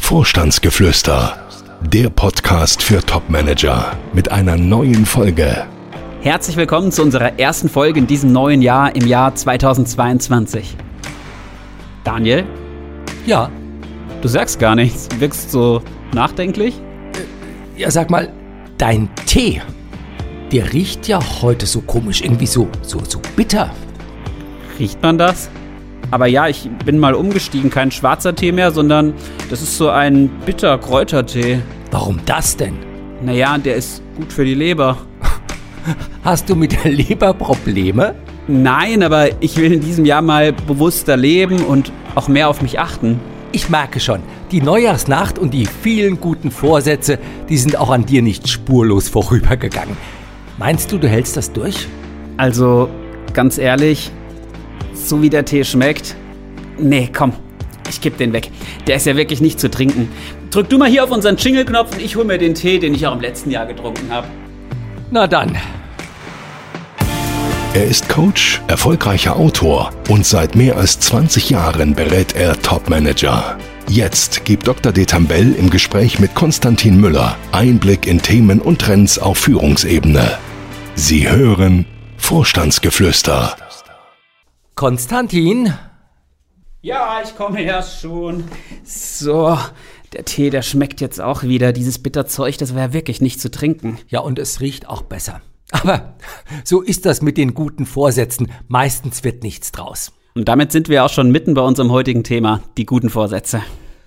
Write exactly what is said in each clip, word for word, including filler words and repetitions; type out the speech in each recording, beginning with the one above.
Vorstandsgeflüster, der Podcast für Topmanager mit einer neuen Folge. Herzlich willkommen zu unserer ersten Folge in diesem neuen Jahr, im Jahr zweitausendzweiundzwanzig. Daniel? Ja? Du sagst gar nichts, wirkst so nachdenklich? Äh, ja, sag mal, dein Tee, der riecht ja heute so komisch, irgendwie so, so, so bitter. Riecht man das? Aber ja, ich bin mal umgestiegen, kein schwarzer Tee mehr, sondern das ist so ein Bitter-Kräutertee. Warum das denn? Naja, der ist gut für die Leber. Hast du mit der Leber Probleme? Nein, aber ich will in diesem Jahr mal bewusster leben und auch mehr auf mich achten. Ich merke schon, die Neujahrsnacht und die vielen guten Vorsätze, die sind auch an dir nicht spurlos vorübergegangen. Meinst du, du hältst das durch? Also, ganz ehrlich, so wie der Tee schmeckt, nee, komm, ich kipp den weg. Der ist ja wirklich nicht zu trinken. Drück du mal hier auf unseren Jingle-Knopf und ich hol mir den Tee, den ich auch im letzten Jahr getrunken habe. Na dann. Er ist Coach, erfolgreicher Autor und seit mehr als zwanzig Jahren berät er Topmanager. Jetzt gibt Doktor Detambell im Gespräch mit Konstantin Müller Einblick in Themen und Trends auf Führungsebene. Sie hören Vorstandsgeflüster. Konstantin? Ja, ich komme erst schon. So, der Tee, der schmeckt jetzt auch wieder. Dieses Bitterzeug, das wäre wirklich nicht zu trinken. Ja, und es riecht auch besser. Aber so ist das mit den guten Vorsätzen. Meistens wird nichts draus. Und damit sind wir auch schon mitten bei unserem heutigen Thema, die guten Vorsätze.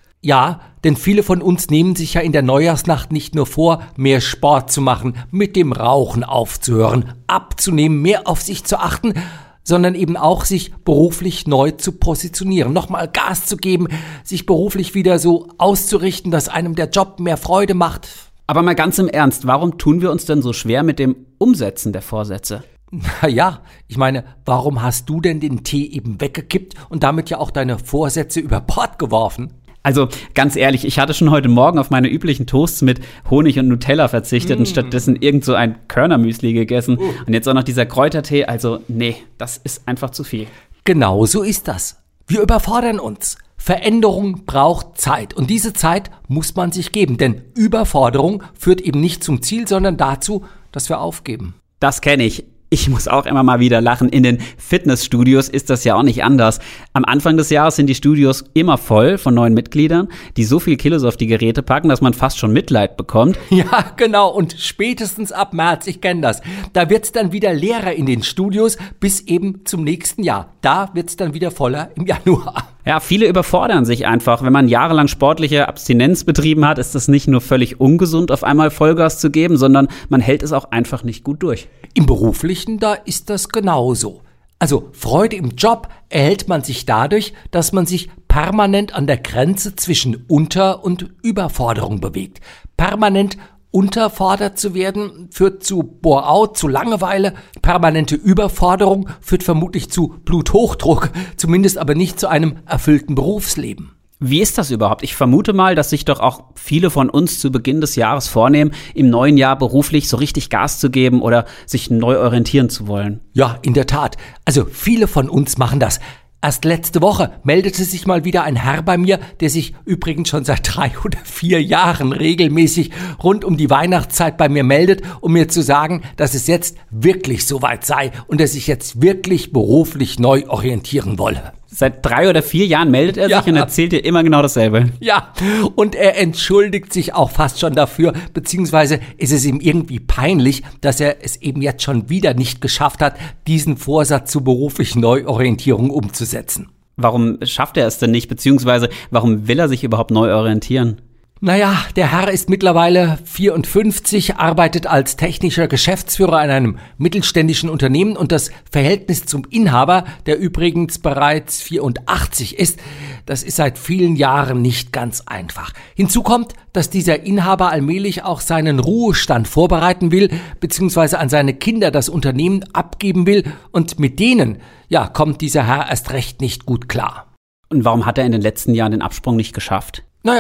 Ja, denn viele von uns nehmen sich ja in der Neujahrsnacht nicht nur vor, mehr Sport zu machen, mit dem Rauchen aufzuhören, abzunehmen, mehr auf sich zu achten, sondern eben auch sich beruflich neu zu positionieren, nochmal Gas zu geben, sich beruflich wieder so auszurichten, dass einem der Job mehr Freude macht. Aber mal ganz im Ernst, warum tun wir uns denn so schwer mit dem Umsetzen der Vorsätze? Na ja, ich meine, warum hast du denn den Tee eben weggekippt und damit ja auch deine Vorsätze über Bord geworfen? Also ganz ehrlich, ich hatte schon heute Morgen auf meine üblichen Toasts mit Honig und Nutella verzichtet mm. und stattdessen irgend so ein Körnermüsli gegessen. Uh. Und jetzt auch noch dieser Kräutertee, also nee, das ist einfach zu viel. Genau so ist das. Wir überfordern uns. Veränderung braucht Zeit und diese Zeit muss man sich geben, denn Überforderung führt eben nicht zum Ziel, sondern dazu, dass wir aufgeben. Das kenne ich. Ich muss auch immer mal wieder lachen. In den Fitnessstudios ist das ja auch nicht anders. Am Anfang des Jahres sind die Studios immer voll von neuen Mitgliedern, die so viel Kilos auf die Geräte packen, dass man fast schon Mitleid bekommt. Ja, genau. Und spätestens ab März, ich kenne das, da wird's dann wieder leerer in den Studios bis eben zum nächsten Jahr. Da wird's dann wieder voller im Januar. Ja, viele überfordern sich einfach. Wenn man jahrelang sportliche Abstinenz betrieben hat, ist es nicht nur völlig ungesund, auf einmal Vollgas zu geben, sondern man hält es auch einfach nicht gut durch. Im Beruflichen, da ist das genauso. Also Freude im Job erhält man sich dadurch, dass man sich permanent an der Grenze zwischen Unter- und Überforderung bewegt. Permanent unterfordert zu werden führt zu Bore-out, zu Langeweile. Permanente Überforderung führt vermutlich zu Bluthochdruck, zumindest aber nicht zu einem erfüllten Berufsleben. Wie ist das überhaupt? Ich vermute mal, dass sich doch auch viele von uns zu Beginn des Jahres vornehmen, im neuen Jahr beruflich so richtig Gas zu geben oder sich neu orientieren zu wollen. Ja, in der Tat. Also viele von uns machen das. Erst letzte Woche meldete sich mal wieder ein Herr bei mir, der sich übrigens schon seit drei oder vier Jahren regelmäßig rund um die Weihnachtszeit bei mir meldet, um mir zu sagen, dass es jetzt wirklich soweit sei und er sich jetzt wirklich beruflich neu orientieren wolle. Seit drei oder vier Jahren meldet er sich ja. und erzählt dir immer genau dasselbe. Ja, und er entschuldigt sich auch fast schon dafür, beziehungsweise ist es ihm irgendwie peinlich, dass er es eben jetzt schon wieder nicht geschafft hat, diesen Vorsatz zur beruflichen Neuorientierung umzusetzen. Warum schafft er es denn nicht, beziehungsweise warum will er sich überhaupt neu orientieren? Naja, der Herr ist mittlerweile vierundfünfzig, arbeitet als technischer Geschäftsführer an einem mittelständischen Unternehmen und das Verhältnis zum Inhaber, der übrigens bereits vierundachtzig ist, das ist seit vielen Jahren nicht ganz einfach. Hinzu kommt, dass dieser Inhaber allmählich auch seinen Ruhestand vorbereiten will, beziehungsweise an seine Kinder das Unternehmen abgeben will und mit denen, ja, kommt dieser Herr erst recht nicht gut klar. Und warum hat er in den letzten Jahren den Absprung nicht geschafft? Naja,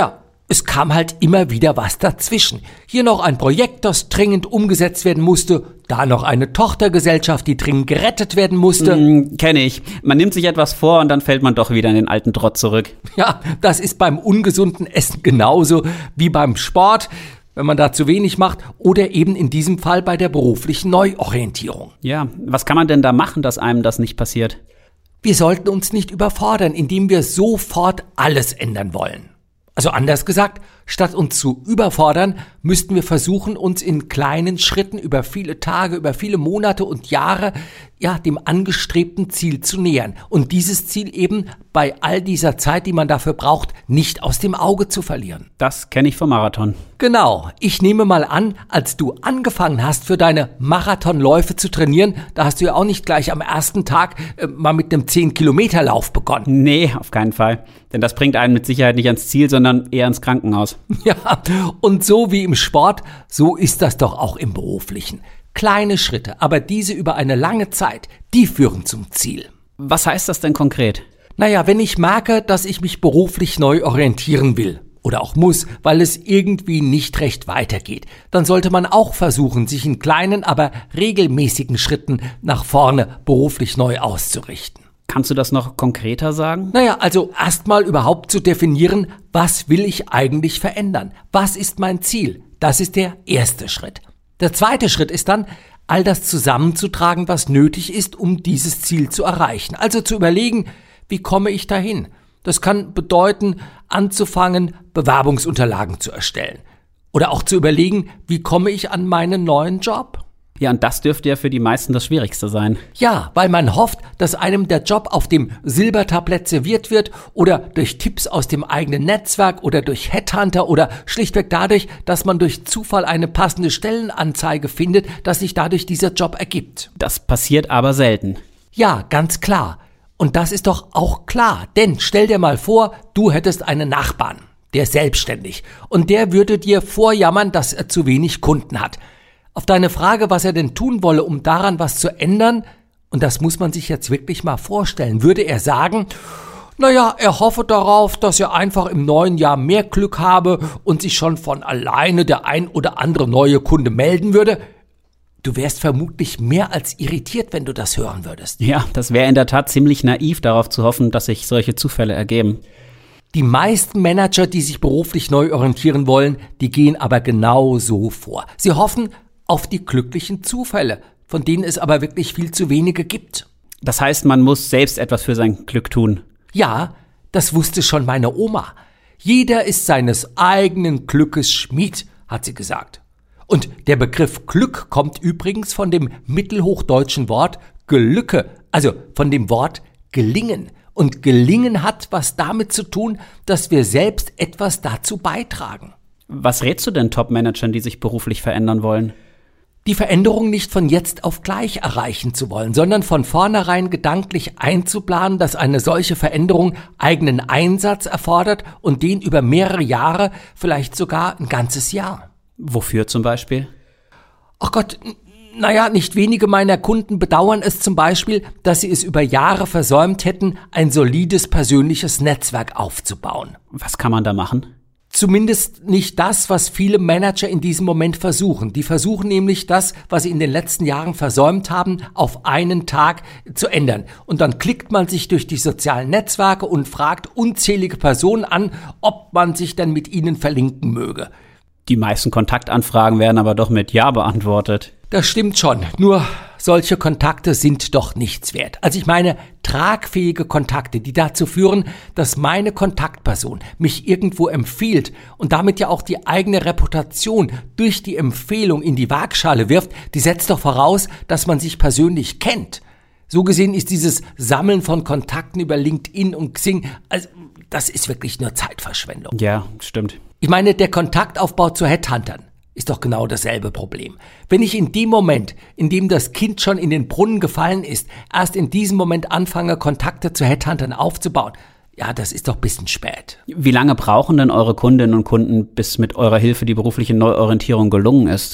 es kam halt immer wieder was dazwischen. Hier noch ein Projekt, das dringend umgesetzt werden musste, da noch eine Tochtergesellschaft, die dringend gerettet werden musste. Mm, kenne ich. Man nimmt sich etwas vor und dann fällt man doch wieder in den alten Trott zurück. Ja, das ist beim ungesunden Essen genauso wie beim Sport, wenn man da zu wenig macht, oder eben in diesem Fall bei der beruflichen Neuorientierung. Ja, was kann man denn da machen, dass einem das nicht passiert? Wir sollten uns nicht überfordern, indem wir sofort alles ändern wollen. Also anders gesagt, statt uns zu überfordern, müssten wir versuchen, uns in kleinen Schritten über viele Tage, über viele Monate und Jahre, ja, dem angestrebten Ziel zu nähern. Und dieses Ziel eben bei all dieser Zeit, die man dafür braucht, nicht aus dem Auge zu verlieren. Das kenne ich vom Marathon. Genau. Ich nehme mal an, als du angefangen hast, für deine Marathonläufe zu trainieren, da hast du ja auch nicht gleich am ersten Tag äh, mal mit einem zehn-Kilometer-Lauf begonnen. Nee, auf keinen Fall. Denn das bringt einen mit Sicherheit nicht ans Ziel, sondern eher ins Krankenhaus. Ja, und so wie im Sport, so ist das doch auch im Beruflichen. Kleine Schritte, aber diese über eine lange Zeit, die führen zum Ziel. Was heißt das denn konkret? Naja, wenn ich merke, dass ich mich beruflich neu orientieren will oder auch muss, weil es irgendwie nicht recht weitergeht, dann sollte man auch versuchen, sich in kleinen, aber regelmäßigen Schritten nach vorne beruflich neu auszurichten. Kannst du das noch konkreter sagen? Naja, also erstmal überhaupt zu definieren, was will ich eigentlich verändern? Was ist mein Ziel? Das ist der erste Schritt. Der zweite Schritt ist dann, all das zusammenzutragen, was nötig ist, um dieses Ziel zu erreichen. Also zu überlegen, wie komme ich dahin? Das kann bedeuten, anzufangen, Bewerbungsunterlagen zu erstellen. Oder auch zu überlegen, wie komme ich an meinen neuen Job? Ja, und das dürfte ja für die meisten das Schwierigste sein. Ja, weil man hofft, dass einem der Job auf dem Silbertablett serviert wird oder durch Tipps aus dem eigenen Netzwerk oder durch Headhunter oder schlichtweg dadurch, dass man durch Zufall eine passende Stellenanzeige findet, dass sich dadurch dieser Job ergibt. Das passiert aber selten. Ja, ganz klar. Und das ist doch auch klar, denn stell dir mal vor, du hättest einen Nachbarn, der ist selbstständig, und der würde dir vorjammern, dass er zu wenig Kunden hat. Auf deine Frage, was er denn tun wolle, um daran was zu ändern, und das muss man sich jetzt wirklich mal vorstellen, würde er sagen, naja, er hoffe darauf, dass er einfach im neuen Jahr mehr Glück habe und sich schon von alleine der ein oder andere neue Kunde melden würde. Du wärst vermutlich mehr als irritiert, wenn du das hören würdest. Ja, das wäre in der Tat ziemlich naiv, darauf zu hoffen, dass sich solche Zufälle ergeben. Die meisten Manager, die sich beruflich neu orientieren wollen, die gehen aber genau so vor. Sie hoffen auf die glücklichen Zufälle, von denen es aber wirklich viel zu wenige gibt. Das heißt, man muss selbst etwas für sein Glück tun. Ja, das wusste schon meine Oma. Jeder ist seines eigenen Glückes Schmied, hat sie gesagt. Und der Begriff Glück kommt übrigens von dem mittelhochdeutschen Wort Gelücke, also von dem Wort gelingen. Und gelingen hat was damit zu tun, dass wir selbst etwas dazu beitragen. Was rätst du denn Top-Managern, die sich beruflich verändern wollen? Die Veränderung nicht von jetzt auf gleich erreichen zu wollen, sondern von vornherein gedanklich einzuplanen, dass eine solche Veränderung eigenen Einsatz erfordert und den über mehrere Jahre, vielleicht sogar ein ganzes Jahr. Wofür zum Beispiel? Ach Gott, naja, nicht wenige meiner Kunden bedauern es zum Beispiel, dass sie es über Jahre versäumt hätten, ein solides persönliches Netzwerk aufzubauen. Was kann man da machen? Zumindest nicht das, was viele Manager in diesem Moment versuchen. Die versuchen nämlich das, was sie in den letzten Jahren versäumt haben, auf einen Tag zu ändern. Und dann klickt man sich durch die sozialen Netzwerke und fragt unzählige Personen an, ob man sich denn mit ihnen verlinken möge. Die meisten Kontaktanfragen werden aber doch mit Ja beantwortet. Das stimmt schon, nur solche Kontakte sind doch nichts wert. Also ich meine tragfähige Kontakte, die dazu führen, dass meine Kontaktperson mich irgendwo empfiehlt und damit ja auch die eigene Reputation durch die Empfehlung in die Waagschale wirft, die setzt doch voraus, dass man sich persönlich kennt. So gesehen ist dieses Sammeln von Kontakten über LinkedIn und Xing, also das ist wirklich nur Zeitverschwendung. Ja, stimmt. Ich meine, der Kontaktaufbau zu Headhuntern ist doch genau dasselbe Problem. Wenn ich in dem Moment, in dem das Kind schon in den Brunnen gefallen ist, erst in diesem Moment anfange, Kontakte zu Headhuntern aufzubauen, ja, das ist doch ein bisschen spät. Wie lange brauchen denn eure Kundinnen und Kunden, bis mit eurer Hilfe die berufliche Neuorientierung gelungen ist?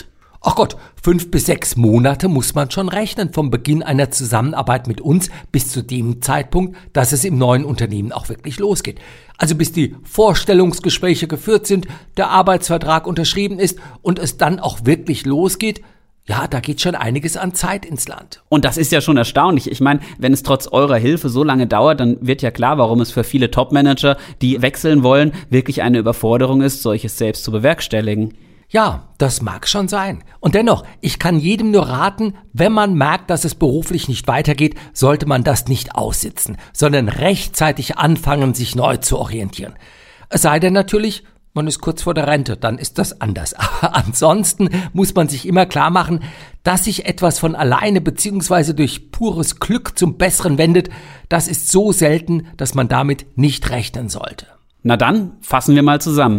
Ach Gott, fünf bis sechs Monate muss man schon rechnen vom Beginn einer Zusammenarbeit mit uns bis zu dem Zeitpunkt, dass es im neuen Unternehmen auch wirklich losgeht. Also bis die Vorstellungsgespräche geführt sind, der Arbeitsvertrag unterschrieben ist und es dann auch wirklich losgeht. Ja, da geht schon einiges an Zeit ins Land. Und das ist ja schon erstaunlich. Ich meine, wenn es trotz eurer Hilfe so lange dauert, dann wird ja klar, warum es für viele Topmanager, die wechseln wollen, wirklich eine Überforderung ist, solches selbst zu bewerkstelligen. Ja, das mag schon sein. Und dennoch, ich kann jedem nur raten, wenn man merkt, dass es beruflich nicht weitergeht, sollte man das nicht aussitzen, sondern rechtzeitig anfangen, sich neu zu orientieren. Es sei denn natürlich, man ist kurz vor der Rente, dann ist das anders. Aber ansonsten muss man sich immer klar machen, dass sich etwas von alleine bzw. durch pures Glück zum Besseren wendet, das ist so selten, dass man damit nicht rechnen sollte. Na dann, fassen wir mal zusammen.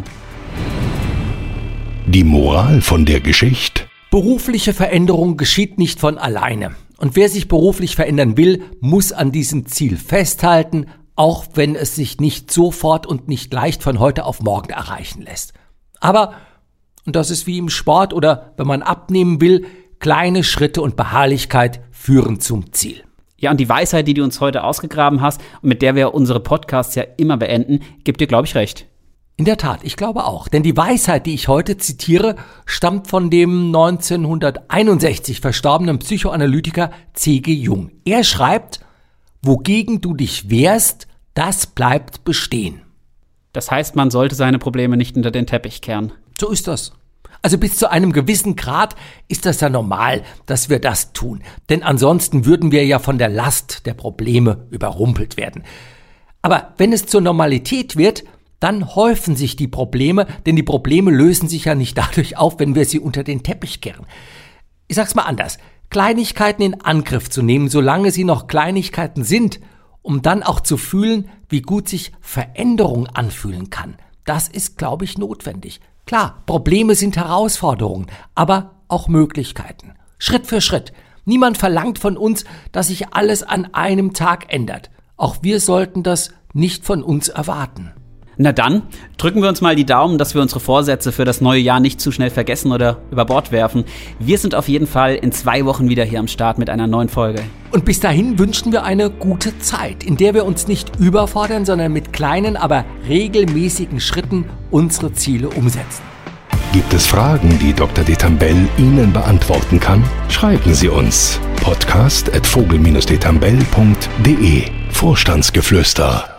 Die Moral von der Geschichte? Berufliche Veränderung geschieht nicht von alleine. Und wer sich beruflich verändern will, muss an diesem Ziel festhalten, auch wenn es sich nicht sofort und nicht leicht von heute auf morgen erreichen lässt. Aber, und das ist wie im Sport oder wenn man abnehmen will, kleine Schritte und Beharrlichkeit führen zum Ziel. Ja, und die Weisheit, die du uns heute ausgegraben hast und mit der wir unsere Podcasts ja immer beenden, gibt dir, glaube ich, recht. In der Tat, ich glaube auch. Denn die Weisheit, die ich heute zitiere, stammt von dem neunzehnhunderteinundsechzig verstorbenen Psychoanalytiker C G Jung. Er schreibt, wogegen du dich wehrst, das bleibt bestehen. Das heißt, man sollte seine Probleme nicht unter den Teppich kehren. So ist das. Also bis zu einem gewissen Grad ist das ja normal, dass wir das tun. Denn ansonsten würden wir ja von der Last der Probleme überrumpelt werden. Aber wenn es zur Normalität wird, dann häufen sich die Probleme, denn die Probleme lösen sich ja nicht dadurch auf, wenn wir sie unter den Teppich kehren. Ich sag's mal anders. Kleinigkeiten in Angriff zu nehmen, solange sie noch Kleinigkeiten sind, um dann auch zu fühlen, wie gut sich Veränderung anfühlen kann. Das ist, glaube ich, notwendig. Klar, Probleme sind Herausforderungen, aber auch Möglichkeiten. Schritt für Schritt. Niemand verlangt von uns, dass sich alles an einem Tag ändert. Auch wir sollten das nicht von uns erwarten. Na dann, drücken wir uns mal die Daumen, dass wir unsere Vorsätze für das neue Jahr nicht zu schnell vergessen oder über Bord werfen. Wir sind auf jeden Fall in zwei Wochen wieder hier am Start mit einer neuen Folge. Und bis dahin wünschen wir eine gute Zeit, in der wir uns nicht überfordern, sondern mit kleinen, aber regelmäßigen Schritten unsere Ziele umsetzen. Gibt es Fragen, die Doktor Detambell Ihnen beantworten kann? Schreiben Sie uns. podcast at vogel Bindestrich detambell punkt de Vorstandsgeflüster